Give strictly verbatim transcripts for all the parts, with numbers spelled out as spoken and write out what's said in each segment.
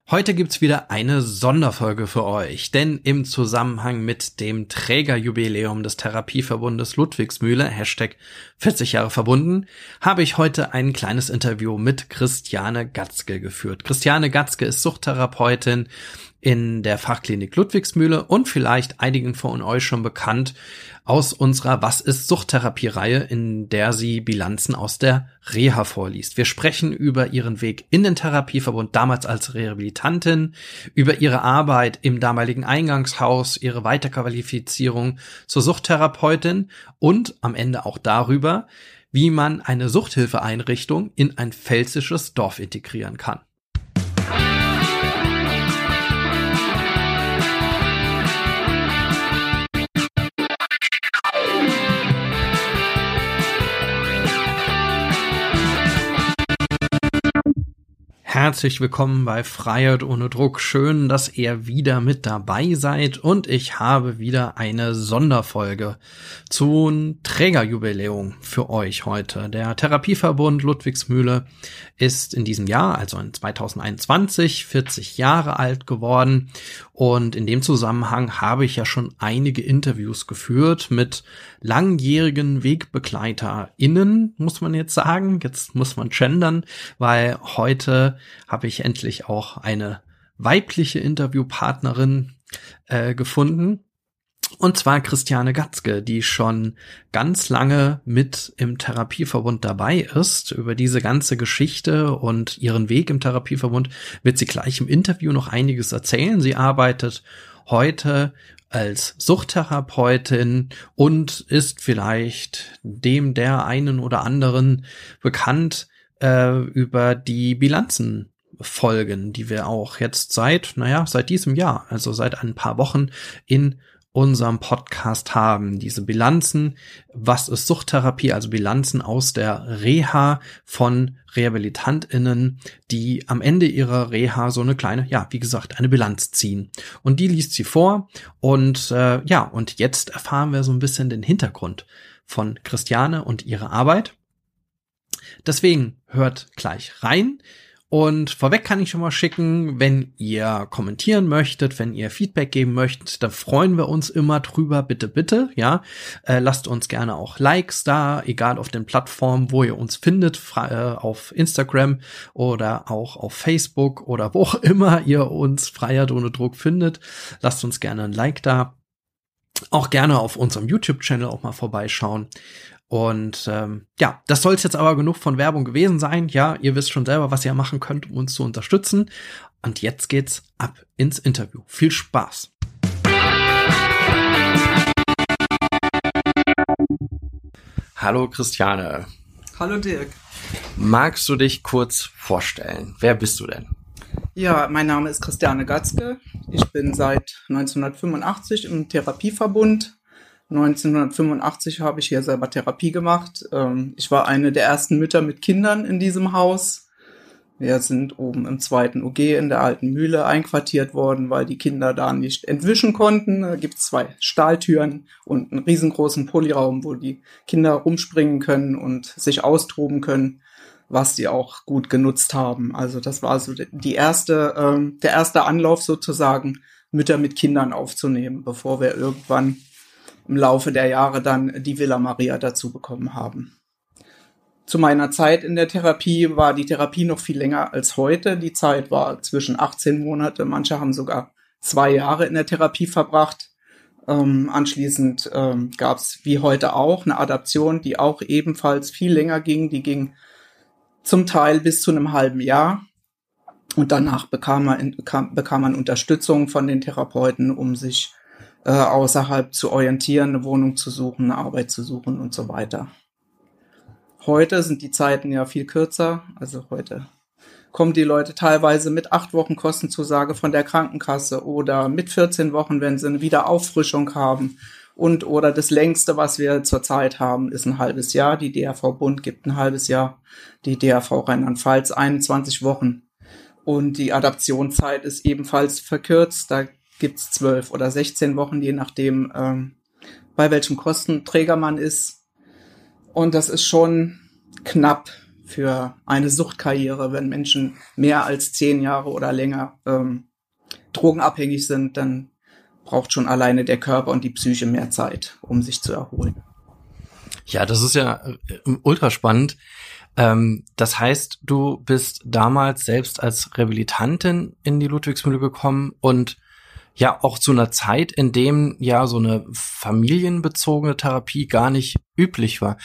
Heute gibt's wieder eine Sonderfolge für euch, denn im Zusammenhang mit dem Trägerjubiläum des Therapieverbundes Ludwigsmühle, Hashtag vierzig Jahre verbunden, habe ich heute ein kleines Interview mit Christiane Gatzke geführt. Christiane Gatzke ist Suchttherapeutin in der Fachklinik Ludwigsmühle und vielleicht einigen von euch schon bekannt aus unserer Was ist Suchttherapie-Reihe, in der sie Bilanzen aus der Reha vorliest. Wir sprechen über ihren Weg in den Therapieverbund, damals als Rehabilitantin, über ihre Arbeit im damaligen Eingangshaus, ihre Weiterqualifizierung zur Suchttherapeutin und am Ende auch darüber, wie man eine Suchthilfeeinrichtung in ein pfälzisches Dorf integrieren kann. Herzlich willkommen bei Freiheit ohne Druck. Schön, dass ihr wieder mit dabei seid und ich habe wieder eine Sonderfolge zum Trägerjubiläum für euch heute. Der Therapieverbund Ludwigsmühle ist in diesem Jahr, also in zwanzig einundzwanzig, vierzig Jahre alt geworden und in dem Zusammenhang habe ich ja schon einige Interviews geführt mit langjährigen WegbegleiterInnen, muss man jetzt sagen. Jetzt muss man gendern, weil heute habe ich endlich auch eine weibliche Interviewpartnerin äh, gefunden. Und zwar Christiane Gatzke, die schon ganz lange mit im Therapieverbund dabei ist. Über diese ganze Geschichte und ihren Weg im Therapieverbund wird sie gleich im Interview noch einiges erzählen. Sie arbeitet heute als Suchttherapeutin und ist vielleicht dem der einen oder anderen bekannt äh, über die Bilanzenfolgen, die wir auch jetzt seit, naja, seit diesem Jahr, also seit ein paar Wochen in unserem Podcast haben. Diese Bilanzen, was ist Suchttherapie, also Bilanzen aus der Reha von RehabilitantInnen, die am Ende ihrer Reha so eine kleine, ja, wie gesagt, eine Bilanz ziehen. Und die liest sie vor und äh, ja, und jetzt erfahren wir so ein bisschen den Hintergrund von Christiane und ihrer Arbeit. Deswegen hört gleich rein. Und vorweg kann ich schon mal schicken, wenn ihr kommentieren möchtet, wenn ihr Feedback geben möchtet, dann freuen wir uns immer drüber, bitte, bitte, ja. Äh, lasst uns gerne auch Likes da, egal auf den Plattformen, wo ihr uns findet, fra- äh, auf Instagram oder auch auf Facebook oder wo auch immer ihr uns Freiheit ohne Druck findet. Lasst uns gerne ein Like da. Auch gerne auf unserem YouTube-Channel auch mal vorbeischauen. Und ähm, ja, das soll es jetzt aber genug von Werbung gewesen sein. Ja, ihr wisst schon selber, was ihr machen könnt, um uns zu unterstützen. Und jetzt geht's ab ins Interview. Viel Spaß! Hallo Christiane. Hallo Dirk. Magst du dich kurz vorstellen? Wer bist du denn? Ja, mein Name ist Christiane Gatzke. Ich bin seit neunzehnhundertfünfundachtzig im Therapieverbund. neunzehnhundertfünfundachtzig habe ich hier selber Therapie gemacht. Ich war eine der ersten Mütter mit Kindern in diesem Haus. Wir sind oben im zweiten U G in der alten Mühle einquartiert worden, weil die Kinder da nicht entwischen konnten. Da gibt es zwei Stahltüren und einen riesengroßen Polyraum, wo die Kinder rumspringen können und sich austoben können, was die auch gut genutzt haben. Also das war so die erste, ähm, der erste Anlauf sozusagen, Mütter mit Kindern aufzunehmen, bevor wir irgendwann im Laufe der Jahre dann die Villa Maria dazu bekommen haben. Zu meiner Zeit in der Therapie war die Therapie noch viel länger als heute. Die Zeit war zwischen achtzehn Monate, manche haben sogar zwei Jahre in der Therapie verbracht. Ähm, anschließend ähm, gab es wie heute auch eine Adaption, die auch ebenfalls viel länger ging. Die ging zum Teil bis zu einem halben Jahr. Und danach bekam man, bekam, bekam man Unterstützung von den Therapeuten, um sich äh, außerhalb zu orientieren, eine Wohnung zu suchen, eine Arbeit zu suchen und so weiter. Heute sind die Zeiten ja viel kürzer. Also heute kommen die Leute teilweise mit acht Wochen Kostenzusage von der Krankenkasse oder mit vierzehn Wochen, wenn sie eine Wiederauffrischung haben. Und oder das längste, was wir zurzeit haben, ist ein halbes Jahr. Die D R V-Bund gibt ein halbes Jahr, die D R V Rheinland-Pfalz einundzwanzig Wochen. Und die Adaptionszeit ist ebenfalls verkürzt. Da gibt's zwölf oder sechzehn Wochen, je nachdem, ähm, bei welchem Kostenträger man ist. Und das ist schon knapp für eine Suchtkarriere. Wenn Menschen mehr als zehn Jahre oder länger ähm, drogenabhängig sind, dann braucht schon alleine der Körper und die Psyche mehr Zeit, um sich zu erholen. Ja, das ist ja ultra spannend. Ähm, das heißt, du bist damals selbst als Rehabilitantin in die Ludwigsmühle gekommen und ja auch zu einer Zeit, in dem ja so eine familienbezogene Therapie gar nicht üblich war.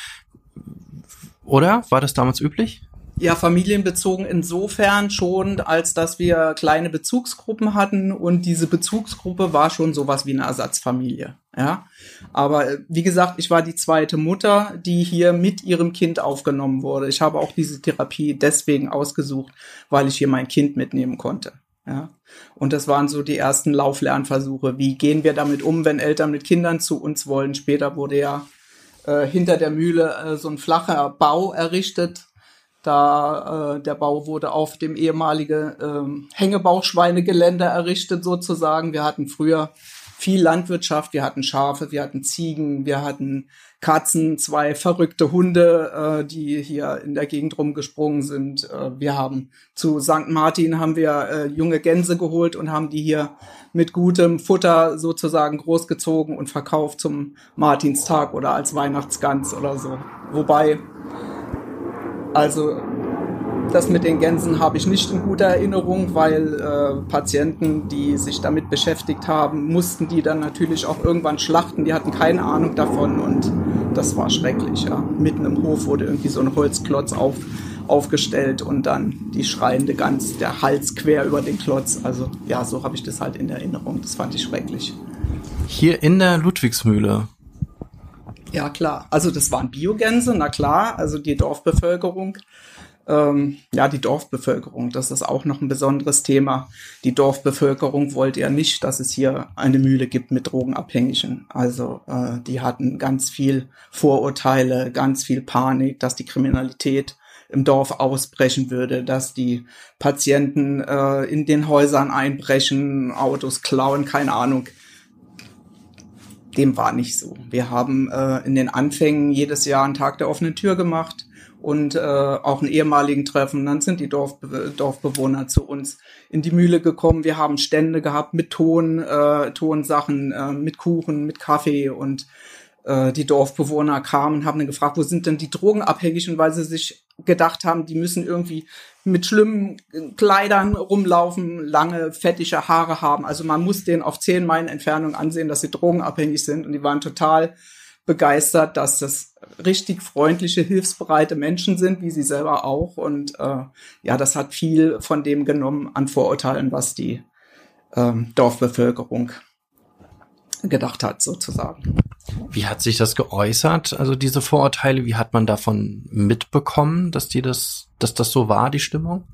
Oder? War das damals üblich? Ja, familienbezogen insofern schon, als dass wir kleine Bezugsgruppen hatten und diese Bezugsgruppe war schon sowas wie eine Ersatzfamilie, ja. Aber wie gesagt, ich war die zweite Mutter, die hier mit ihrem Kind aufgenommen wurde. Ich habe auch diese Therapie deswegen ausgesucht, weil ich hier mein Kind mitnehmen konnte, ja. Und das waren so die ersten Lauflernversuche. Wie gehen wir damit um, wenn Eltern mit Kindern zu uns wollen? Später wurde ja äh, hinter der Mühle äh, so ein flacher Bau errichtet. Da äh, der Bau wurde auf dem ehemaligen ähm, Hängebauchschweinegelände errichtet sozusagen. Wir hatten früher viel Landwirtschaft, wir hatten Schafe, wir hatten Ziegen, wir hatten Katzen, zwei verrückte Hunde, äh, die hier in der Gegend rumgesprungen sind. Äh, wir haben zu Sankt Martin haben wir äh, junge Gänse geholt und haben die hier mit gutem Futter sozusagen großgezogen und verkauft zum Martinstag oder als Weihnachtsgans oder so. Wobei Also das mit den Gänsen habe ich nicht in guter Erinnerung, weil äh, Patienten, die sich damit beschäftigt haben, mussten die dann natürlich auch irgendwann schlachten. Die hatten keine Ahnung davon und das war schrecklich. Ja. Mitten im Hof wurde irgendwie so ein Holzklotz auf, aufgestellt und dann die schreiende Gans, der Hals quer über den Klotz. Also ja, so habe ich das halt in Erinnerung. Das fand ich schrecklich. Hier in der Ludwigsmühle? Ja, klar. Also das waren Biogänse, na klar. Also die Dorfbevölkerung. Ähm, ja, die Dorfbevölkerung, das ist auch noch ein besonderes Thema. Die Dorfbevölkerung wollte ja nicht, dass es hier eine Mühle gibt mit Drogenabhängigen. Also äh, die hatten ganz viel Vorurteile, ganz viel Panik, dass die Kriminalität im Dorf ausbrechen würde, dass die Patienten äh, in den Häusern einbrechen, Autos klauen, keine Ahnung. Dem war nicht so. Wir haben äh, in den Anfängen jedes Jahr einen Tag der offenen Tür gemacht und äh, auch einen ehemaligen Treffen. Dann sind die Dorfbe- Dorfbewohner zu uns in die Mühle gekommen. Wir haben Stände gehabt mit Ton, äh, Tonsachen, äh, mit Kuchen, mit Kaffee und äh, die Dorfbewohner kamen und haben dann gefragt, wo sind denn die Drogenabhängigen, weil sie sich gedacht haben, die müssen irgendwie mit schlimmen Kleidern rumlaufen, lange, fettige Haare haben. Also man muss denen auf zehn Meilen Entfernung ansehen, dass sie drogenabhängig sind. Und die waren total begeistert, dass das richtig freundliche, hilfsbereite Menschen sind, wie sie selber auch. Und äh, ja, das hat viel von dem genommen an Vorurteilen, was die ähm, Dorfbevölkerung gedacht hat, sozusagen. Wie hat sich das geäußert, also diese Vorurteile? Wie hat man davon mitbekommen, dass die das, dass das so war, die Stimmung?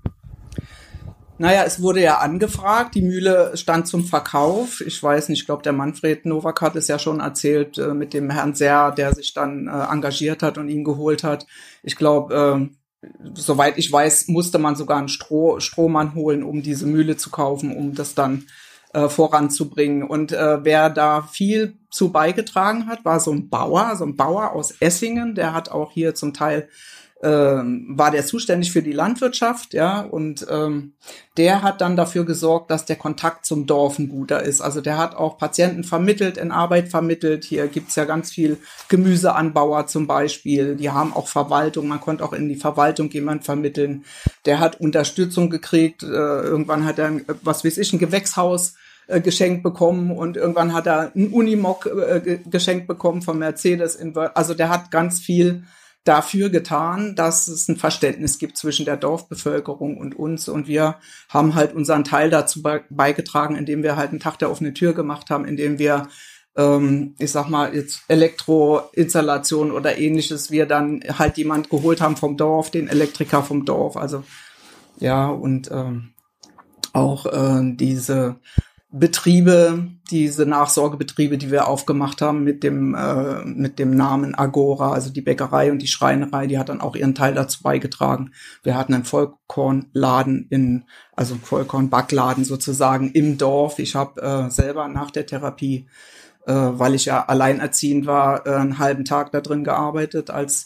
Naja, es wurde ja angefragt, die Mühle stand zum Verkauf. Ich weiß nicht, ich glaube, der Manfred Nowak hat es ja schon erzählt, äh, mit dem Herrn Serr, der sich dann äh, engagiert hat und ihn geholt hat. Ich glaube, äh, soweit ich weiß, musste man sogar einen Stroh, Strohmann holen, um diese Mühle zu kaufen, um das dann äh, voranzubringen. Und äh, wer da viel zu beigetragen hat, war so ein Bauer, so ein Bauer aus Essingen, der hat auch hier zum Teil Ähm, war der zuständig für die Landwirtschaft, ja, und ähm, der hat dann dafür gesorgt, dass der Kontakt zum Dorf ein guter ist. Also der hat auch Patienten vermittelt, in Arbeit vermittelt. Hier gibt's ja ganz viel Gemüseanbauer zum Beispiel. Die haben auch Verwaltung. Man konnte auch in die Verwaltung jemand vermitteln. Der hat Unterstützung gekriegt. Äh, irgendwann hat er, ein, was weiß ich, ein Gewächshaus äh, geschenkt bekommen und irgendwann hat er ein Unimog äh, ge- geschenkt bekommen von Mercedes. In, also der hat ganz viel dafür getan, dass es ein Verständnis gibt zwischen der Dorfbevölkerung und uns. Und wir haben halt unseren Teil dazu be- beigetragen, indem wir halt einen Tag der offenen Tür gemacht haben, indem wir, ähm, ich sag mal, jetzt Elektroinstallation oder ähnliches, wir dann halt jemand geholt haben vom Dorf, den Elektriker vom Dorf. Also ja, und ähm, auch äh, diese Betriebe, diese Nachsorgebetriebe, die wir aufgemacht haben mit dem äh, mit dem Namen Agora, also die Bäckerei und die Schreinerei, die hat dann auch ihren Teil dazu beigetragen. Wir hatten einen Vollkornladen in, also Vollkornbackladen sozusagen im Dorf. Ich habe äh, selber nach der Therapie, äh, weil ich ja alleinerziehend war, äh, einen halben Tag da drin gearbeitet als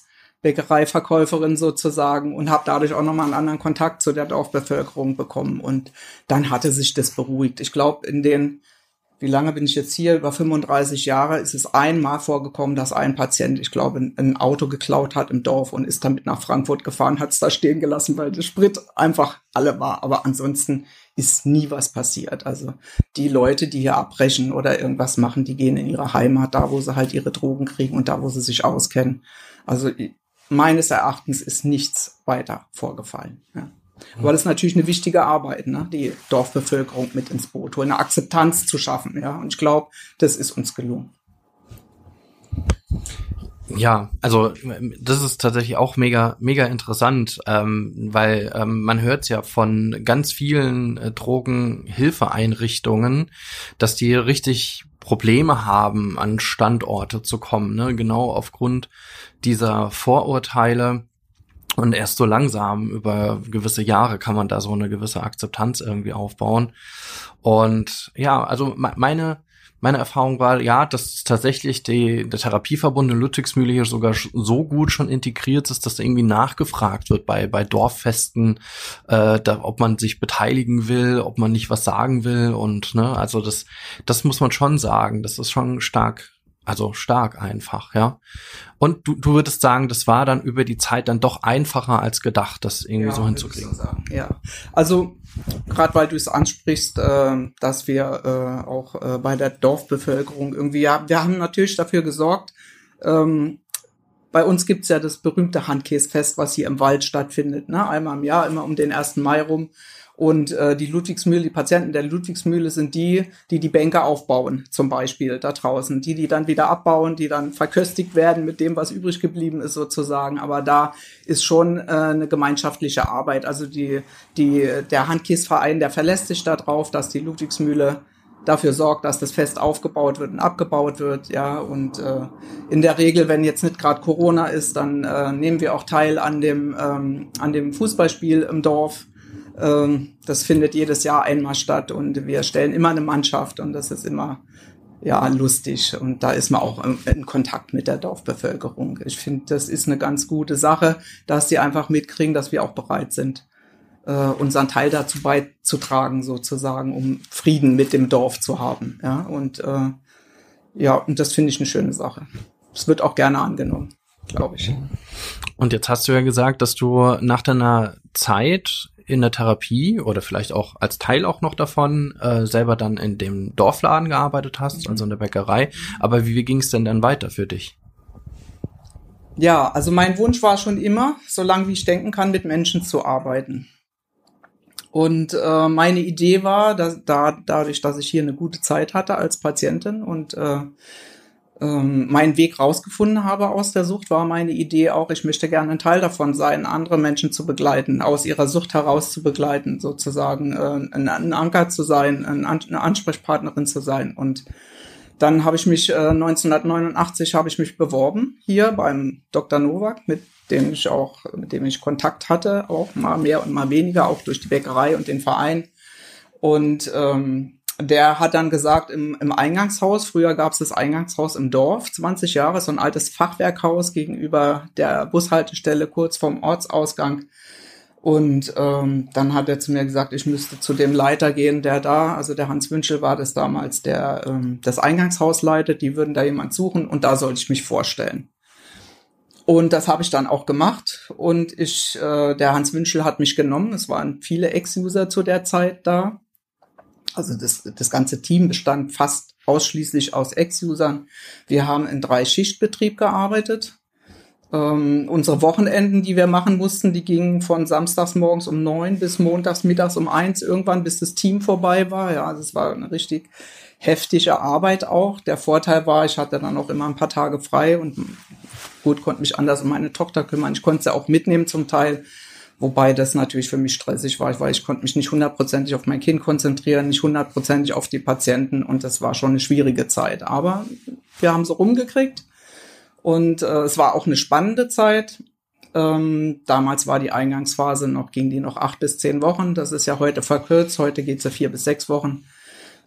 Bäckereiverkäuferin sozusagen und habe dadurch auch nochmal einen anderen Kontakt zu der Dorfbevölkerung bekommen. Und dann hatte sich das beruhigt. Ich glaube, in den, wie lange bin ich jetzt hier, über fünfunddreißig Jahre, ist es einmal vorgekommen, dass ein Patient, ich glaube, ein Auto geklaut hat im Dorf und ist damit nach Frankfurt gefahren, hat es da stehen gelassen, weil der Sprit einfach alle war. Aber ansonsten ist nie was passiert. Also die Leute, die hier abbrechen oder irgendwas machen, die gehen in ihre Heimat, da wo sie halt ihre Drogen kriegen und da wo sie sich auskennen. Also meines Erachtens ist nichts weiter vorgefallen. Ja. Aber das ist natürlich eine wichtige Arbeit, ne? Die Dorfbevölkerung mit ins Boot holen, eine Akzeptanz zu schaffen. Ja. Und ich glaube, das ist uns gelungen. Ja, also das ist tatsächlich auch mega, mega interessant, ähm, weil ähm, man hört ja von ganz vielen äh, Drogenhilfeeinrichtungen, dass die richtig Probleme haben, an Standorte zu kommen, ne? Genau aufgrund dieser Vorurteile. Und erst so langsam über gewisse Jahre kann man da so eine gewisse Akzeptanz irgendwie aufbauen. Und ja, also meine Meine Erfahrung war, ja, dass tatsächlich die, der Therapieverbund in Ludwigsmühle hier sogar so gut schon integriert ist, dass da irgendwie nachgefragt wird bei bei Dorffesten, äh, da, ob man sich beteiligen will, ob man nicht was sagen will und ne, also das das muss man schon sagen, das ist schon stark, also stark einfach, ja. Und du, du würdest sagen, das war dann über die Zeit dann doch einfacher als gedacht, das irgendwie ja, so hinzukriegen. So sagen. Ja, also gerade weil du es ansprichst, äh, dass wir äh, auch äh, bei der Dorfbevölkerung irgendwie, ja, wir haben natürlich dafür gesorgt, ähm, bei uns gibt's ja das berühmte Handkäsefest, was hier im Wald stattfindet, ne? Einmal im Jahr, immer um den ersten Mai rum. Und äh, die Ludwigsmühle, die Patienten der Ludwigsmühle sind die, die die Bänke aufbauen, zum Beispiel da draußen. Die, die dann wieder abbauen, die dann verköstigt werden mit dem, was übrig geblieben ist sozusagen. Aber da ist schon äh, eine gemeinschaftliche Arbeit. Also die, die, der Handkäsverein, der verlässt sich da drauf, dass die Ludwigsmühle dafür sorgt, dass das Fest aufgebaut wird und abgebaut wird, ja. Und äh, in der Regel, wenn jetzt nicht gerade Corona ist, dann äh, nehmen wir auch teil an dem ähm, an dem Fußballspiel im Dorf. Das findet jedes Jahr einmal statt und wir stellen immer eine Mannschaft und das ist immer ja lustig und da ist man auch in Kontakt mit der Dorfbevölkerung. Ich finde, das ist eine ganz gute Sache, dass die einfach mitkriegen, dass wir auch bereit sind, unseren Teil dazu beizutragen sozusagen, um Frieden mit dem Dorf zu haben. Ja, und äh, ja, und das finde ich eine schöne Sache. Es wird auch gerne angenommen, glaube ich. Und jetzt hast du ja gesagt, dass du nach deiner Zeit in der Therapie oder vielleicht auch als Teil auch noch davon äh, selber dann in dem Dorfladen gearbeitet hast, also in der Bäckerei. Aber wie, wie ging es denn dann weiter für dich? Ja, also mein Wunsch war schon immer, so lange wie ich denken kann, mit Menschen zu arbeiten. Und äh, meine Idee war, dass da dadurch, dass ich hier eine gute Zeit hatte als Patientin und äh, meinen Weg rausgefunden habe aus der Sucht, war meine Idee auch, ich möchte gerne ein Teil davon sein, andere Menschen zu begleiten, aus ihrer Sucht heraus zu begleiten, sozusagen äh, ein, ein Anker zu sein, ein, eine Ansprechpartnerin zu sein. Und dann habe ich mich äh, neunzehnhundertneunundachtzig habe ich mich beworben hier beim Doktor Nowak, mit dem ich auch, mit dem ich Kontakt hatte, auch mal mehr und mal weniger, auch durch die Bäckerei und den Verein. Und ähm, der hat dann gesagt, im, im Eingangshaus, früher gab es das Eingangshaus im Dorf, zwanzig Jahre, so ein altes Fachwerkhaus gegenüber der Bushaltestelle kurz vorm Ortsausgang. Und ähm, dann hat er zu mir gesagt, ich müsste zu dem Leiter gehen, der da, also der Hans Wünschel war das damals, der ähm, das Eingangshaus leitet, die würden da jemand suchen und da sollte ich mich vorstellen. Und das habe ich dann auch gemacht und ich, äh, der Hans Wünschel hat mich genommen, es waren viele Ex-User zu der Zeit da. Also das, das ganze Team bestand fast ausschließlich aus Ex-Usern. Wir haben in drei Schichtbetrieb gearbeitet. Ähm, unsere Wochenenden, die wir machen mussten, die gingen von samstags morgens um neun bis montags mittags um eins irgendwann, bis das Team vorbei war. Ja, also es war eine richtig heftige Arbeit auch. Der Vorteil war, ich hatte dann auch immer ein paar Tage frei und gut, konnte mich anders um meine Tochter kümmern. Ich konnte sie auch mitnehmen zum Teil. Wobei das natürlich für mich stressig war, weil ich konnte mich nicht hundertprozentig auf mein Kind konzentrieren, nicht hundertprozentig auf die Patienten und das war schon eine schwierige Zeit. Aber wir haben sie rumgekriegt und äh, es war auch eine spannende Zeit. Ähm, damals war die Eingangsphase noch, ging die noch acht bis zehn Wochen. Das ist ja heute verkürzt, heute geht sie vier bis sechs Wochen.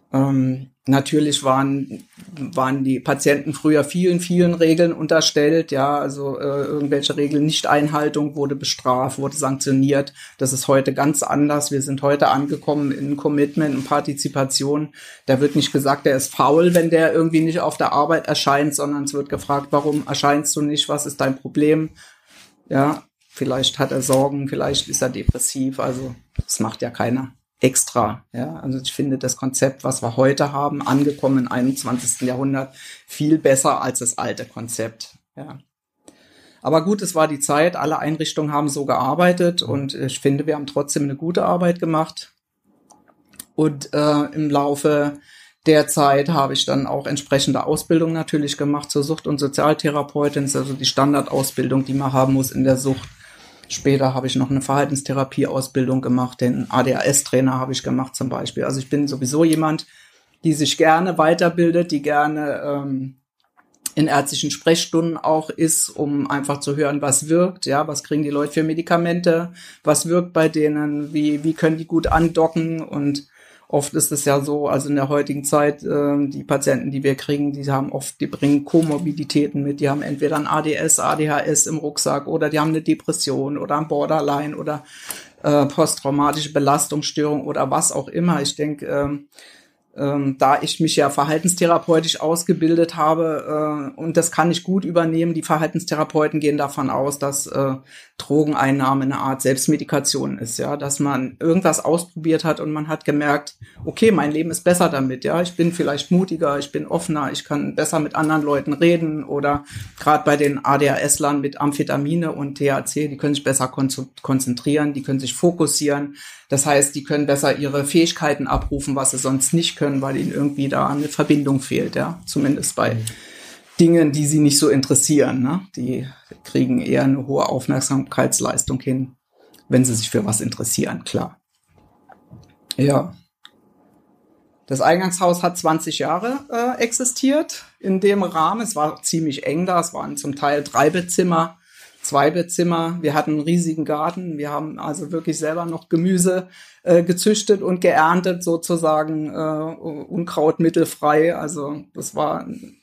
Ähm, natürlich waren, waren die Patienten früher vielen, vielen Regeln unterstellt. Ja, also äh, irgendwelche Regeln Nichteinhaltung wurde bestraft, wurde sanktioniert. Das ist heute ganz anders. Wir sind heute angekommen in Commitment und Partizipation. Da wird nicht gesagt, der ist faul, wenn der irgendwie nicht auf der Arbeit erscheint, sondern es wird gefragt, warum erscheinst du nicht? Was ist dein Problem? Ja, vielleicht hat er Sorgen, vielleicht ist er depressiv. Also das macht ja keiner extra. Ja, also ich finde das Konzept, was wir heute haben, angekommen im einundzwanzigsten Jahrhundert, viel besser als das alte Konzept. Ja. Aber gut, es war die Zeit, alle Einrichtungen haben so gearbeitet und ich finde, wir haben trotzdem eine gute Arbeit gemacht. Und äh, im Laufe der Zeit habe ich dann auch entsprechende Ausbildung natürlich gemacht zur Sucht- und Sozialtherapeutin. Das ist also die Standardausbildung, die man haben muss in der Sucht. Später habe ich noch eine Verhaltenstherapie-Ausbildung gemacht, den A D H S-Trainer habe ich gemacht zum Beispiel. Also ich bin sowieso jemand, die sich gerne weiterbildet, die gerne ähm, in ärztlichen Sprechstunden auch ist, um einfach zu hören, was wirkt, ja, was kriegen die Leute für Medikamente, was wirkt bei denen, wie wie können die gut andocken. Und oft ist es ja so, also in der heutigen Zeit, äh, die Patienten, die wir kriegen, die haben oft, die bringen Komorbiditäten mit, die haben entweder ein A D S, A D H S im Rucksack oder die haben eine Depression oder ein Borderline oder äh, posttraumatische Belastungsstörung oder was auch immer. Ich denke, ähm, ähm, da ich mich ja verhaltenstherapeutisch ausgebildet habe, äh, und das kann ich gut übernehmen, die Verhaltenstherapeuten gehen davon aus, dass äh, Drogeneinnahme eine Art Selbstmedikation ist, ja, dass man irgendwas ausprobiert hat und man hat gemerkt, okay, mein Leben ist besser damit, ja, ich bin vielleicht mutiger, ich bin offener, ich kann besser mit anderen Leuten reden oder gerade bei den A D H S-Lern mit Amphetamine und T H C, die können sich besser kon- konzentrieren, die können sich fokussieren, das heißt, die können besser ihre Fähigkeiten abrufen, was sie sonst nicht können, weil ihnen irgendwie da eine Verbindung fehlt, ja, zumindest bei mhm. Dingen, die sie nicht so interessieren, ne? Die kriegen eher eine hohe Aufmerksamkeitsleistung hin, wenn sie sich für was interessieren, klar. Ja. Das Eingangshaus hat zwanzig Jahre äh, existiert in dem Rahmen. Es war ziemlich eng da. Es waren zum Teil drei Bettzimmer, zwei Bettzimmer. Wir hatten einen riesigen Garten. Wir haben also wirklich selber noch Gemüse äh, gezüchtet und geerntet, sozusagen äh, unkrautmittelfrei. Also das war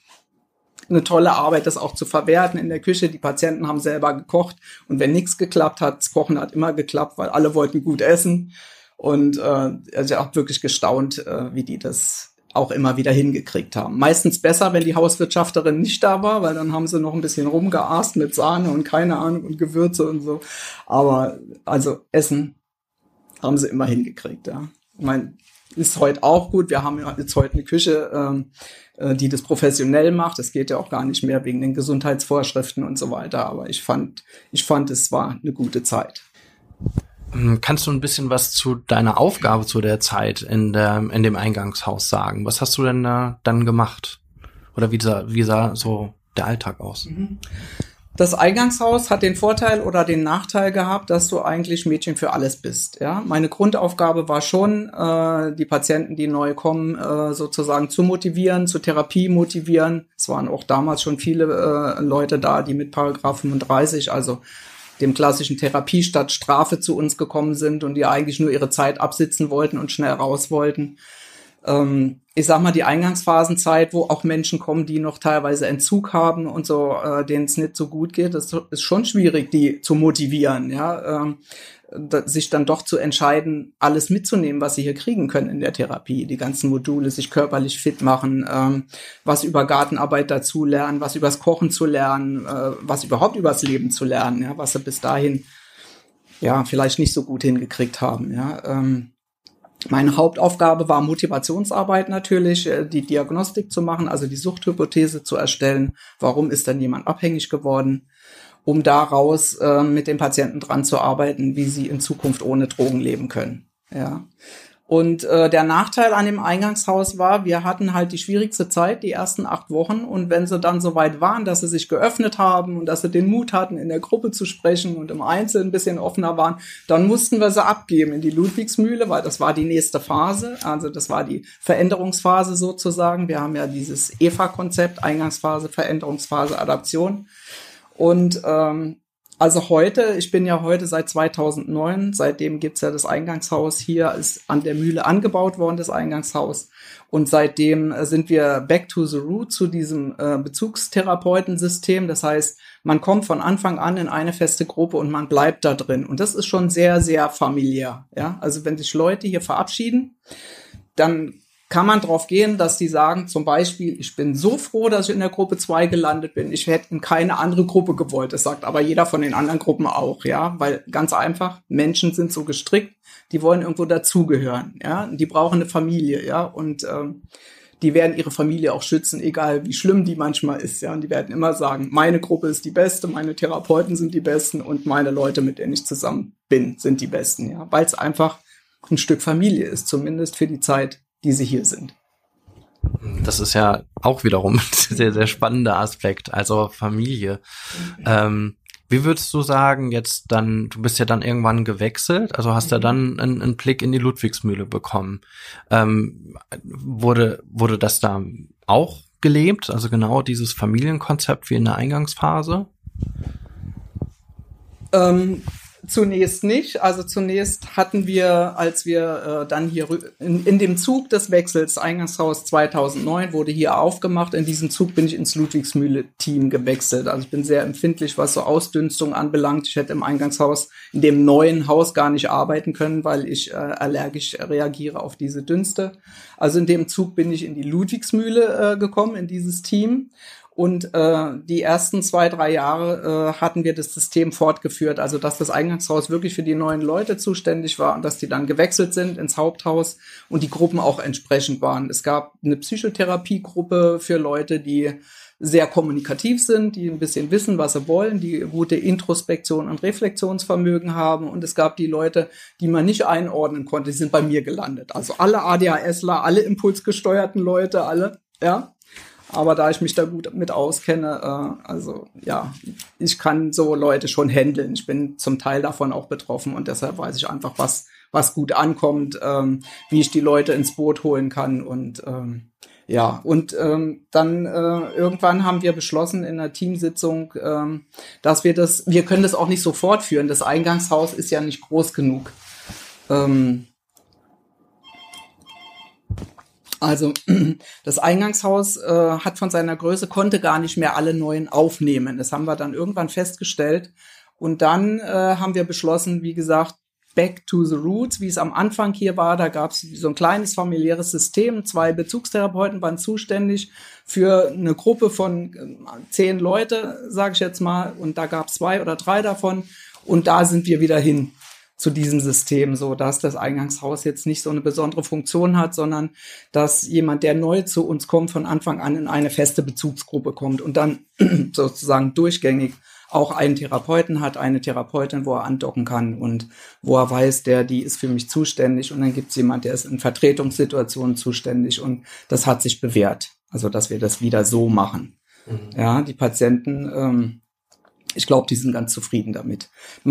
eine tolle Arbeit, das auch zu verwerten in der Küche. Die Patienten haben selber gekocht und wenn nichts geklappt hat, das Kochen hat immer geklappt, weil alle wollten gut essen. Und äh, also ich habe wirklich gestaunt, äh, wie die das auch immer wieder hingekriegt haben. Meistens besser, wenn die Hauswirtschafterin nicht da war, weil dann haben sie noch ein bisschen rumgeaßt mit Sahne und keine Ahnung und Gewürze und so. Aber also Essen haben sie immer hingekriegt, ja. Ich meine, ist heute auch gut. Wir haben ja jetzt heute eine Küche, ähm, die das professionell macht. Das geht ja auch gar nicht mehr wegen den Gesundheitsvorschriften und so weiter. Aber ich fand, ich fand, es war eine gute Zeit. Kannst du ein bisschen was zu deiner Aufgabe zu der Zeit in der, in dem Eingangshaus sagen? Was hast du denn da dann gemacht? Oder wie sah, wie sah so der Alltag aus? Das Eingangshaus hat den Vorteil oder den Nachteil gehabt, dass du eigentlich Mädchen für alles bist. Ja, meine Grundaufgabe war schon, äh, die Patienten, die neu kommen, äh, sozusagen zu motivieren, zur Therapie motivieren. Es waren auch damals schon viele äh, Leute da, die mit Paragraph fünfunddreißig, also dem klassischen Therapie statt Strafe zu uns gekommen sind und die eigentlich nur ihre Zeit absitzen wollten und schnell raus wollten. Ähm, ich sag mal, die Eingangsphasenzeit, wo auch Menschen kommen, die noch teilweise Entzug haben und so, äh, denen es nicht so gut geht, das ist schon schwierig, die zu motivieren, ja, ähm, da, sich dann doch zu entscheiden, alles mitzunehmen, was sie hier kriegen können in der Therapie, die ganzen Module, sich körperlich fit machen, ähm, was über Gartenarbeit dazu lernen, was übers Kochen zu lernen, äh, was überhaupt übers Leben zu lernen, ja, was sie bis dahin ja vielleicht nicht so gut hingekriegt haben, ja. Ähm, Meine Hauptaufgabe war Motivationsarbeit natürlich, die Diagnostik zu machen, also die Suchthypothese zu erstellen. Warum ist denn jemand abhängig geworden? Um daraus äh, mit den Patienten dran zu arbeiten, wie sie in Zukunft ohne Drogen leben können. Ja. Und äh, der Nachteil an dem Eingangshaus war, wir hatten halt die schwierigste Zeit, die ersten acht Wochen. Und wenn sie dann so weit waren, dass sie sich geöffnet haben und dass sie den Mut hatten, in der Gruppe zu sprechen und im Einzelnen ein bisschen offener waren, dann mussten wir sie abgeben in die Ludwigsmühle, weil das war die nächste Phase. Also das war die Veränderungsphase sozusagen. Wir haben ja dieses E F A-Konzept, Eingangsphase, Veränderungsphase, Adaption. Und ähm, Also heute, ich bin ja heute seit zweitausendneun, seitdem gibt's ja das Eingangshaus hier, ist an der Mühle angebaut worden, das Eingangshaus. Und seitdem sind wir back to the root, zu diesem äh, Bezugstherapeutensystem. Das heißt, man kommt von Anfang an in eine feste Gruppe und man bleibt da drin. Und das ist schon sehr, sehr familiär. Ja? Also wenn sich Leute hier verabschieden, dann kann man drauf gehen, dass die sagen, zum Beispiel, ich bin so froh, dass ich in der Gruppe zwei gelandet bin. Ich hätte in keine andere Gruppe gewollt. Das sagt aber jeder von den anderen Gruppen auch, ja, weil ganz einfach, Menschen sind so gestrickt, die wollen irgendwo dazugehören, ja, die brauchen eine Familie, ja, und ähm, die werden ihre Familie auch schützen, egal wie schlimm die manchmal ist, ja, und die werden immer sagen, meine Gruppe ist die beste, meine Therapeuten sind die besten und meine Leute, mit denen ich zusammen bin, sind die besten, ja, weil es einfach ein Stück Familie ist, zumindest für die Zeit, die sie hier sind. Das ist ja auch wiederum ein sehr, sehr spannender Aspekt, also Familie. Ähm, wie würdest du sagen, jetzt dann, du bist ja dann irgendwann gewechselt, also hast ja dann einen, einen Blick in die Ludwigsmühle bekommen. Ähm, wurde, wurde das da auch gelebt, also genau dieses Familienkonzept wie in der Eingangsphase? Ähm, Zunächst nicht. Also zunächst hatten wir, als wir äh, dann hier in, in dem Zug des Wechsels, Eingangshaus zweitausendneun wurde hier aufgemacht. In diesem Zug bin ich ins Ludwigsmühle-Team gewechselt. Also ich bin sehr empfindlich, was so Ausdünstung anbelangt. Ich hätte im Eingangshaus, in dem neuen Haus gar nicht arbeiten können, weil ich äh, allergisch reagiere auf diese Dünste. Also in dem Zug bin ich in die Ludwigsmühle äh, gekommen, in dieses Team. Und äh, die ersten zwei, drei Jahre äh, hatten wir das System fortgeführt, also dass das Eingangshaus wirklich für die neuen Leute zuständig war und dass die dann gewechselt sind ins Haupthaus und die Gruppen auch entsprechend waren. Es gab eine Psychotherapiegruppe für Leute, die sehr kommunikativ sind, die ein bisschen wissen, was sie wollen, die gute Introspektion und Reflexionsvermögen haben. Und es gab die Leute, die man nicht einordnen konnte, die sind bei mir gelandet. Also alle ADHSler, alle impulsgesteuerten Leute, alle, ja. Aber da ich mich da gut mit auskenne, äh, also ja, ich kann so Leute schon handeln. Ich bin zum Teil davon auch betroffen und deshalb weiß ich einfach, was was gut ankommt, ähm, wie ich die Leute ins Boot holen kann und ähm, ja, und ähm, dann äh, irgendwann haben wir beschlossen in einer Teamsitzung, ähm, dass wir das, wir können das auch nicht so fortführen. Das Eingangshaus ist ja nicht groß genug. Ähm, Also das Eingangshaus äh, hat von seiner Größe, konnte gar nicht mehr alle Neuen aufnehmen. Das haben wir dann irgendwann festgestellt. Und dann äh, haben wir beschlossen, wie gesagt, back to the roots, wie es am Anfang hier war. Da gab es so ein kleines familiäres System. Zwei Bezugstherapeuten waren zuständig für eine Gruppe von äh, zehn Leute, sage ich jetzt mal. Und da gab es zwei oder drei davon. Und da sind wir wieder hin zu diesem System, so dass das Eingangshaus jetzt nicht so eine besondere Funktion hat, sondern dass jemand, der neu zu uns kommt, von Anfang an in eine feste Bezugsgruppe kommt und dann sozusagen durchgängig auch einen Therapeuten hat, eine Therapeutin, wo er andocken kann und wo er weiß, der, die ist für mich zuständig und dann gibt es jemand, der ist in Vertretungssituationen zuständig und das hat sich bewährt, also dass wir das wieder so machen. Mhm. Ja, die Patienten, ähm, ich glaube, die sind ganz zufrieden damit.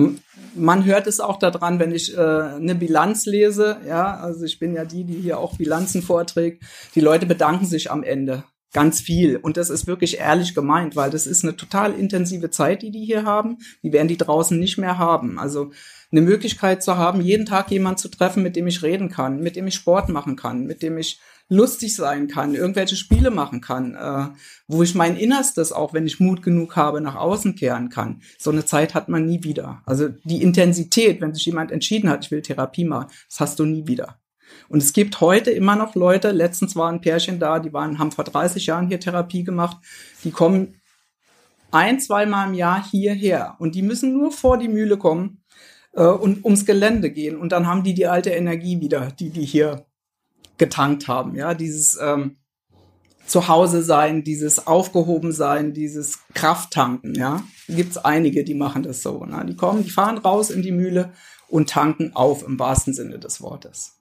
Man hört es auch daran, wenn ich äh, eine Bilanz lese. Ja, also ich bin ja die, die hier auch Bilanzen vorträgt. Die Leute bedanken sich am Ende ganz viel. Und das ist wirklich ehrlich gemeint, weil das ist eine total intensive Zeit, die die hier haben. Die werden die draußen nicht mehr haben. Also eine Möglichkeit zu haben, jeden Tag jemanden zu treffen, mit dem ich reden kann, mit dem ich Sport machen kann, mit dem ich lustig sein kann, irgendwelche Spiele machen kann, äh, wo ich mein Innerstes, auch wenn ich Mut genug habe, nach außen kehren kann. So eine Zeit hat man nie wieder. Also die Intensität, wenn sich jemand entschieden hat, ich will Therapie machen, das hast du nie wieder. Und es gibt heute immer noch Leute, letztens war ein Pärchen da, die waren, haben vor dreißig Jahren hier Therapie gemacht, die kommen ein-, zweimal im Jahr hierher und die müssen nur vor die Mühle kommen äh, und ums Gelände gehen und dann haben die die alte Energie wieder, die die hier getankt haben, ja, dieses ähm, Zuhause sein, dieses aufgehoben sein, dieses Krafttanken, ja, gibt's einige, die machen das so, ne? Die kommen, die fahren raus in die Mühle und tanken auf im wahrsten Sinne des Wortes.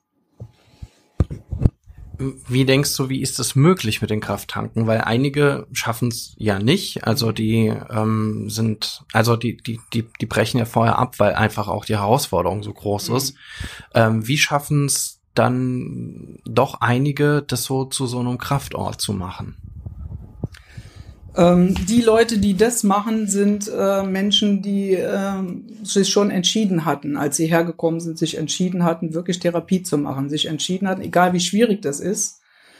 Wie denkst du, wie ist das möglich mit den Krafttanken? Weil einige schaffen es ja nicht, also die ähm, sind, also die die die die brechen ja vorher ab, weil einfach auch die Herausforderung so groß mhm. ist. Ähm, wie schaffen es dann doch einige, das so zu so einem Kraftort zu machen? Ähm, die Leute, die das machen, sind äh, Menschen, die äh, sich schon entschieden hatten, als sie hergekommen sind, sich entschieden hatten, wirklich Therapie zu machen, sich entschieden hatten, egal wie schwierig das ist,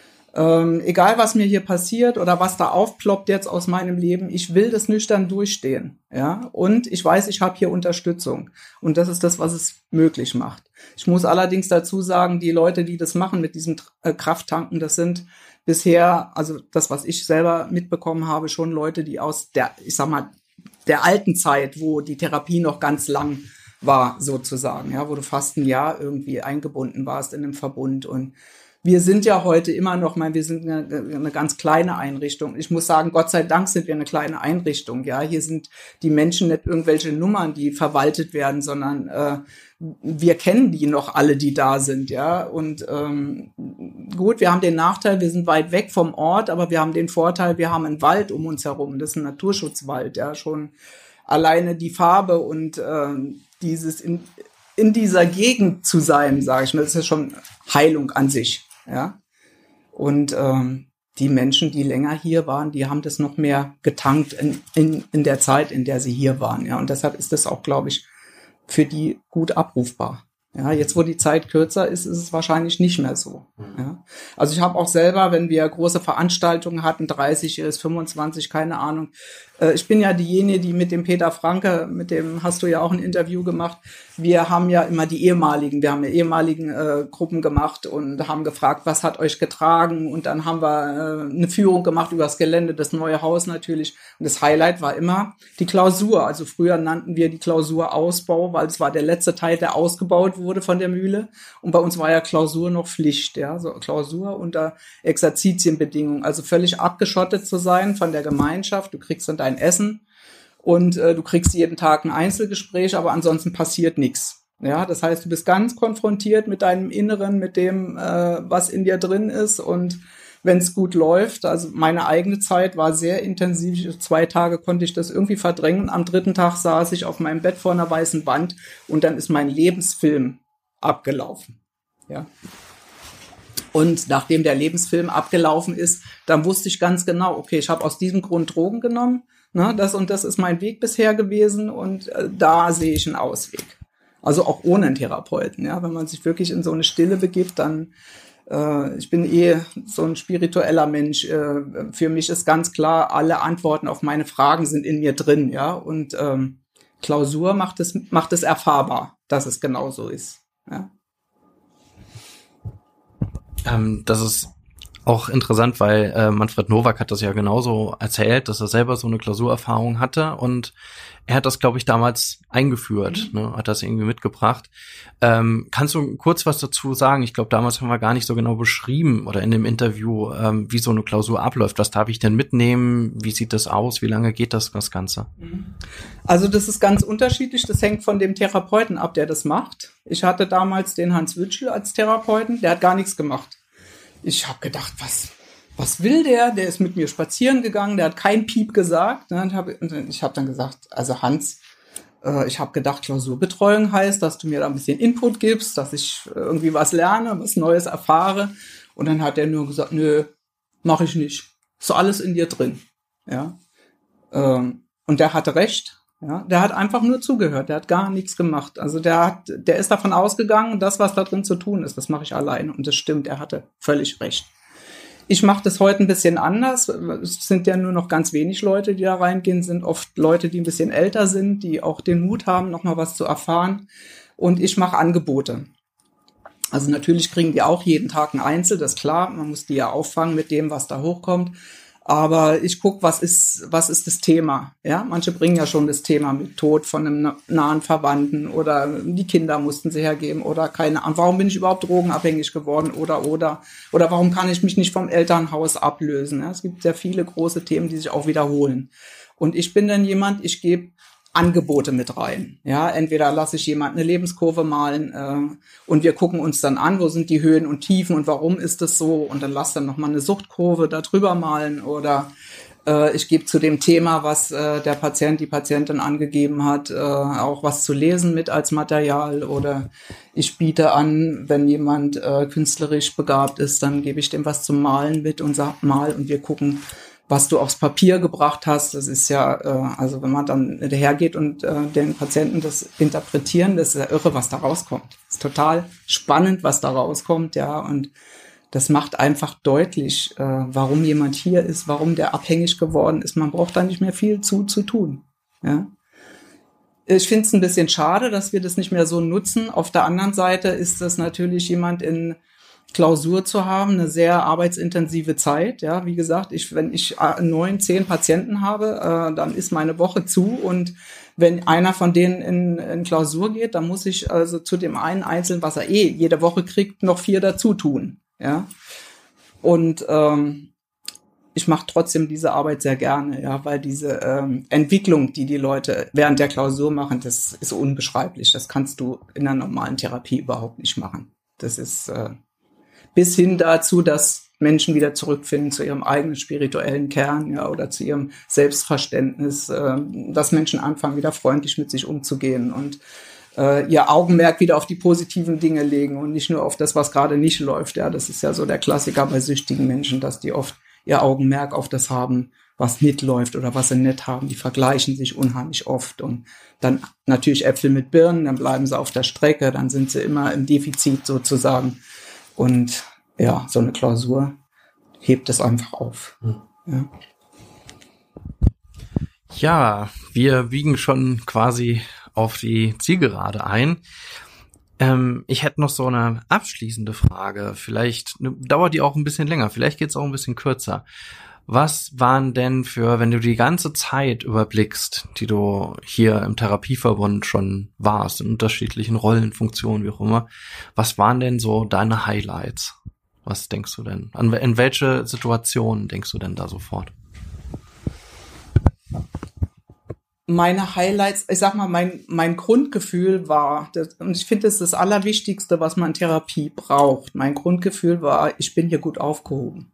ähm, egal was mir hier passiert oder was da aufploppt jetzt aus meinem Leben, ich will das nüchtern durchstehen, ja, und ich weiß, ich habe hier Unterstützung und das ist das, was es möglich macht. Ich muss allerdings dazu sagen, die Leute, die das machen mit diesem äh, Krafttanken, das sind bisher, also das, was ich selber mitbekommen habe, schon Leute, die aus der, ich sag mal, der alten Zeit, wo die Therapie noch ganz lang war, sozusagen, ja, wo du fast ein Jahr irgendwie eingebunden warst in einem Verbund. Und wir sind ja heute immer noch, mein, wir sind eine, eine ganz kleine Einrichtung. Ich muss sagen, Gott sei Dank sind wir eine kleine Einrichtung. Ja, hier sind die Menschen nicht irgendwelche Nummern, die verwaltet werden, sondern äh, wir kennen die noch alle, die da sind. Ja, und ähm, gut, wir haben den Nachteil, wir sind weit weg vom Ort, aber wir haben den Vorteil, wir haben einen Wald um uns herum. Das ist ein Naturschutzwald. Ja, schon alleine die Farbe und äh, dieses in, in dieser Gegend zu sein, sage ich mal, das ist schon Heilung an sich. Ja, und ähm, die Menschen, die länger hier waren, die haben das noch mehr getankt in, in, in der Zeit, in der sie hier waren. Ja, und deshalb ist das auch, glaube ich, für die gut abrufbar. Ja, jetzt, wo die Zeit kürzer ist, ist es wahrscheinlich nicht mehr so. Ja, also ich habe auch selber, wenn wir große Veranstaltungen hatten, dreißig ist, fünfundzwanzig, keine Ahnung. Äh, ich bin ja diejenige, die mit dem Peter Franke, mit dem hast du ja auch ein Interview gemacht. Wir haben ja immer die ehemaligen, wir haben ja ehemaligen äh, Gruppen gemacht und haben gefragt, was hat euch getragen? Und dann haben wir äh, eine Führung gemacht über das Gelände, das neue Haus natürlich. Und das Highlight war immer die Klausur. Also früher nannten wir die Klausur Ausbau, weil es war der letzte Teil, der ausgebaut wurde von der Mühle. Und bei uns war ja Klausur noch Pflicht, ja, so Klausur unter Exerzitienbedingungen. Also völlig abgeschottet zu sein von der Gemeinschaft. Du kriegst dann dein Essen. Und äh, du kriegst jeden Tag ein Einzelgespräch, aber ansonsten passiert nichts. Ja, das heißt, du bist ganz konfrontiert mit deinem Inneren, mit dem, äh, was in dir drin ist. Und wenn es gut läuft, also meine eigene Zeit war sehr intensiv. Zwei Tage konnte ich das irgendwie verdrängen. Am dritten Tag saß ich auf meinem Bett vor einer weißen Wand und dann ist mein Lebensfilm abgelaufen. Ja. Und nachdem der Lebensfilm abgelaufen ist, dann wusste ich ganz genau, okay, ich habe aus diesem Grund Drogen genommen. Na, das und das ist mein Weg bisher gewesen und äh, da sehe ich einen Ausweg. Also auch ohne einen Therapeuten. Ja, wenn man sich wirklich in so eine Stille begibt, dann, äh, ich bin eh so ein spiritueller Mensch. Äh, für mich ist ganz klar, alle Antworten auf meine Fragen sind in mir drin. Ja, und ähm, Klausur macht es macht es erfahrbar, dass es genau so ist. Ja. Ähm, das ist auch interessant, weil äh, Manfred Nowak hat das ja genauso erzählt, dass er selber so eine Klausurerfahrung hatte und er hat das, glaube ich, damals eingeführt, mhm. ne, hat das irgendwie mitgebracht. Ähm, kannst du kurz was dazu sagen? Ich glaube, damals haben wir gar nicht so genau beschrieben oder in dem Interview, ähm, wie so eine Klausur abläuft. Was darf ich denn mitnehmen? Wie sieht das aus? Wie lange geht das, das Ganze? Also das ist ganz unterschiedlich. Das hängt von dem Therapeuten ab, der das macht. Ich hatte damals den Hans Wütschel als Therapeuten, der hat gar nichts gemacht. Ich habe gedacht, was, was will der? Der ist mit mir spazieren gegangen, der hat kein Piep gesagt. Und hab, ich habe dann gesagt, also Hans, äh, ich habe gedacht, Klausurbetreuung heißt, dass du mir da ein bisschen Input gibst, dass ich irgendwie was lerne, was Neues erfahre. Und dann hat er nur gesagt, nö, mache ich nicht. Ist so alles in dir drin. Ja. Ähm, und der hatte recht. Ja, der hat einfach nur zugehört, der hat gar nichts gemacht. Also der hat, der ist davon ausgegangen, das, was da drin zu tun ist, das mache ich allein. Und das stimmt, er hatte völlig recht. Ich mache das heute ein bisschen anders. Es sind ja nur noch ganz wenig Leute, die da reingehen, sind oft Leute, die ein bisschen älter sind, die auch den Mut haben, nochmal was zu erfahren. Und ich mache Angebote. Also natürlich kriegen die auch jeden Tag ein Einzel, das ist klar. Man muss die ja auffangen mit dem, was da hochkommt. Aber ich gucke, was ist, was ist das Thema? Ja, manche bringen ja schon das Thema mit Tod von einem nahen Verwandten oder die Kinder mussten sie hergeben oder keine Ahnung. Warum bin ich überhaupt drogenabhängig geworden oder, oder, oder warum kann ich mich nicht vom Elternhaus ablösen? Ja, es gibt sehr viele große Themen, die sich auch wiederholen. Und ich bin dann jemand, ich gebe Angebote mit rein. Ja, entweder lasse ich jemand eine Lebenskurve malen äh, und wir gucken uns dann an, wo sind die Höhen und Tiefen und warum ist das so und dann lass dann nochmal eine Suchtkurve da drüber malen oder äh, ich gebe zu dem Thema, was äh, der Patient, die Patientin angegeben hat, äh, auch was zu lesen mit als Material oder ich biete an, wenn jemand äh, künstlerisch begabt ist, dann gebe ich dem was zum Malen mit und sag mal und wir gucken, was du aufs Papier gebracht hast. Das ist ja, äh, also wenn man dann dahergeht und äh, den Patienten das interpretieren, das ist ja irre, was da rauskommt. Das ist total spannend, was da rauskommt, ja, und das macht einfach deutlich, äh, warum jemand hier ist, warum der abhängig geworden ist. Man braucht da nicht mehr viel zu, zu tun. Ja. Ich finde es ein bisschen schade, dass wir das nicht mehr so nutzen. Auf der anderen Seite ist das natürlich jemand in Klausur zu haben, eine sehr arbeitsintensive Zeit. Ja, wie gesagt, ich, wenn ich neun, zehn Patienten habe, äh, dann ist meine Woche zu. Und wenn einer von denen in, in Klausur geht, dann muss ich also zu dem einen Einzelnen, was er eh jede Woche kriegt, noch vier dazu tun. Ja, und ähm, ich mache trotzdem diese Arbeit sehr gerne, ja, weil diese ähm, Entwicklung, die die Leute während der Klausur machen, das ist unbeschreiblich. Das kannst du in einer normalen Therapie überhaupt nicht machen. Das ist äh, bis hin dazu, dass Menschen wieder zurückfinden zu ihrem eigenen spirituellen Kern, ja, oder zu ihrem Selbstverständnis, äh, dass Menschen anfangen, wieder freundlich mit sich umzugehen und Uh, ihr Augenmerk wieder auf die positiven Dinge legen und nicht nur auf das, was gerade nicht läuft. Ja, das ist ja so der Klassiker bei süchtigen Menschen, dass die oft ihr Augenmerk auf das haben, was mitläuft oder was sie nicht haben. Die vergleichen sich unheimlich oft und dann natürlich Äpfel mit Birnen, dann bleiben sie auf der Strecke, dann sind sie immer im Defizit sozusagen. Und ja, so eine Klausur hebt es einfach auf. Hm. Ja. Ja, wir biegen schon quasi auf die Zielgerade ein. Ähm, ich hätte noch so eine abschließende Frage. Vielleicht ne, dauert die auch ein bisschen länger, vielleicht geht's auch ein bisschen kürzer. Was waren denn für, wenn du die ganze Zeit überblickst, die du hier im Therapieverbund schon warst, in unterschiedlichen Rollen, Funktionen, wie auch immer, was waren denn so deine Highlights? Was denkst du denn? An, in welche Situationen denkst du denn da sofort? Meine Highlights, ich sag mal, mein, mein Grundgefühl war, das, und ich finde, das ist das Allerwichtigste, was man in Therapie braucht. Mein Grundgefühl war, ich bin hier gut aufgehoben.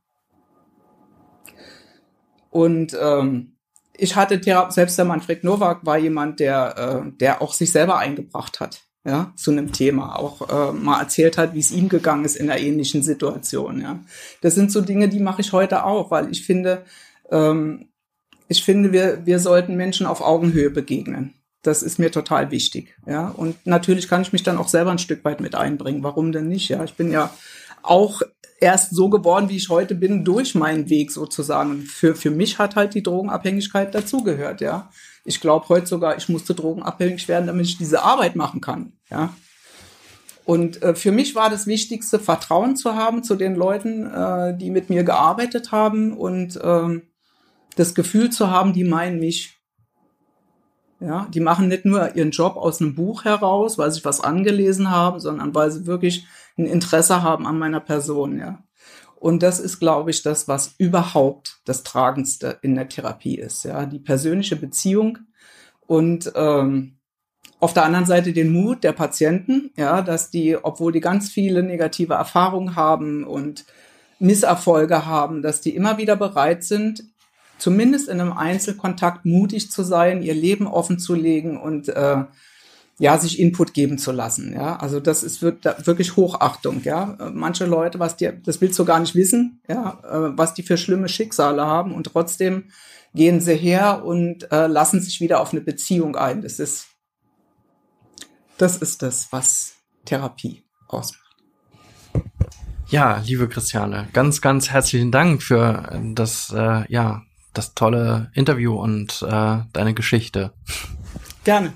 Und ähm, ich hatte Thera- selbst der Manfred Nowak war jemand, der, äh, der auch sich selber eingebracht hat, ja, zu einem Thema, auch äh, mal erzählt hat, wie es ihm gegangen ist in einer ähnlichen Situation. Ja, das sind so Dinge, die mache ich heute auch, weil ich finde, ähm, Ich finde, wir, wir sollten Menschen auf Augenhöhe begegnen. Das ist mir total wichtig, ja. Und natürlich kann ich mich dann auch selber ein Stück weit mit einbringen. Warum denn nicht, ja? Ich bin ja auch erst so geworden, wie ich heute bin, durch meinen Weg sozusagen. Und für, für mich hat halt die Drogenabhängigkeit dazugehört, ja. Ich glaube heute sogar, ich musste drogenabhängig werden, damit ich diese Arbeit machen kann, ja. Und äh, für mich war das Wichtigste, Vertrauen zu haben zu den Leuten, äh, die mit mir gearbeitet haben und ähm, das Gefühl zu haben, die meinen mich. Ja, die machen nicht nur ihren Job aus einem Buch heraus, weil sie was angelesen haben, sondern weil sie wirklich ein Interesse haben an meiner Person, ja. Und das ist, glaube ich, das, was überhaupt das Tragendste in der Therapie ist, ja. Die persönliche Beziehung und ähm, auf der anderen Seite den Mut der Patienten, ja, dass die, obwohl die ganz viele negative Erfahrungen haben und Misserfolge haben, dass die immer wieder bereit sind, zumindest in einem Einzelkontakt mutig zu sein, ihr Leben offen zu legen und äh, ja, sich Input geben zu lassen. Ja, also das ist wirklich Hochachtung. Ja, manche Leute, was die, das willst du gar nicht wissen, ja, äh, was die für schlimme Schicksale haben und trotzdem gehen sie her und äh, lassen sich wieder auf eine Beziehung ein. Das ist, das ist das, was Therapie ausmacht. Ja, liebe Christiane, ganz, ganz herzlichen Dank für das, äh, ja, das tolle Interview und äh, deine Geschichte. Gerne.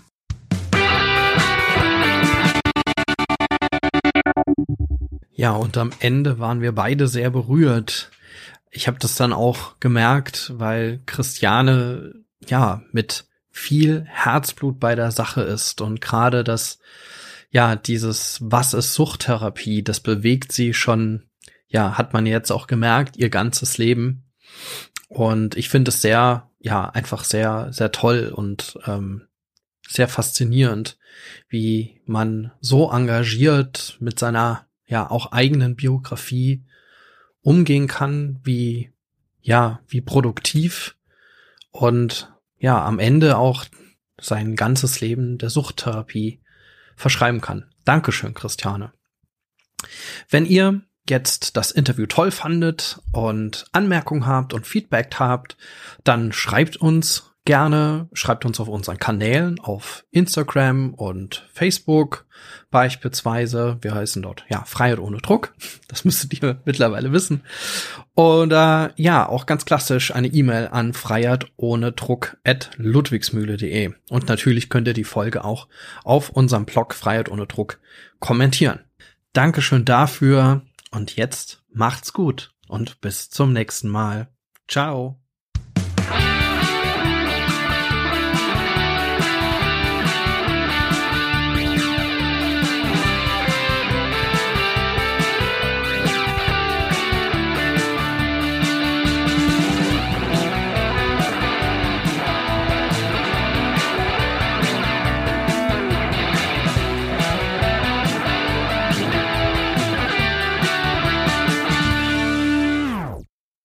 Ja, und am Ende waren wir beide sehr berührt. Ich habe das dann auch gemerkt, weil Christiane ja mit viel Herzblut bei der Sache ist und gerade das, ja, dieses Was ist Suchttherapie, das bewegt sie schon, ja, hat man jetzt auch gemerkt, ihr ganzes Leben. Und ich finde es sehr, ja, einfach sehr, sehr toll und ähm, sehr faszinierend, wie man so engagiert mit seiner, ja, auch eigenen Biografie umgehen kann, wie, ja, wie produktiv und ja, am Ende auch sein ganzes Leben der Suchttherapie verschreiben kann. Dankeschön, Christiane. Wenn ihr jetzt das Interview toll fandet und Anmerkungen habt und Feedback habt, dann schreibt uns gerne, schreibt uns auf unseren Kanälen, auf Instagram und Facebook beispielsweise. Wir heißen dort, ja, Freiheit ohne Druck. Das müsstet ihr mittlerweile wissen. Oder ja, auch ganz klassisch eine E-Mail an freiheit ohne Druck at ludwigsmühle punkt de. Und natürlich könnt ihr die Folge auch auf unserem Blog Freiheit ohne Druck kommentieren. Dankeschön dafür und jetzt macht's gut und bis zum nächsten Mal. Ciao.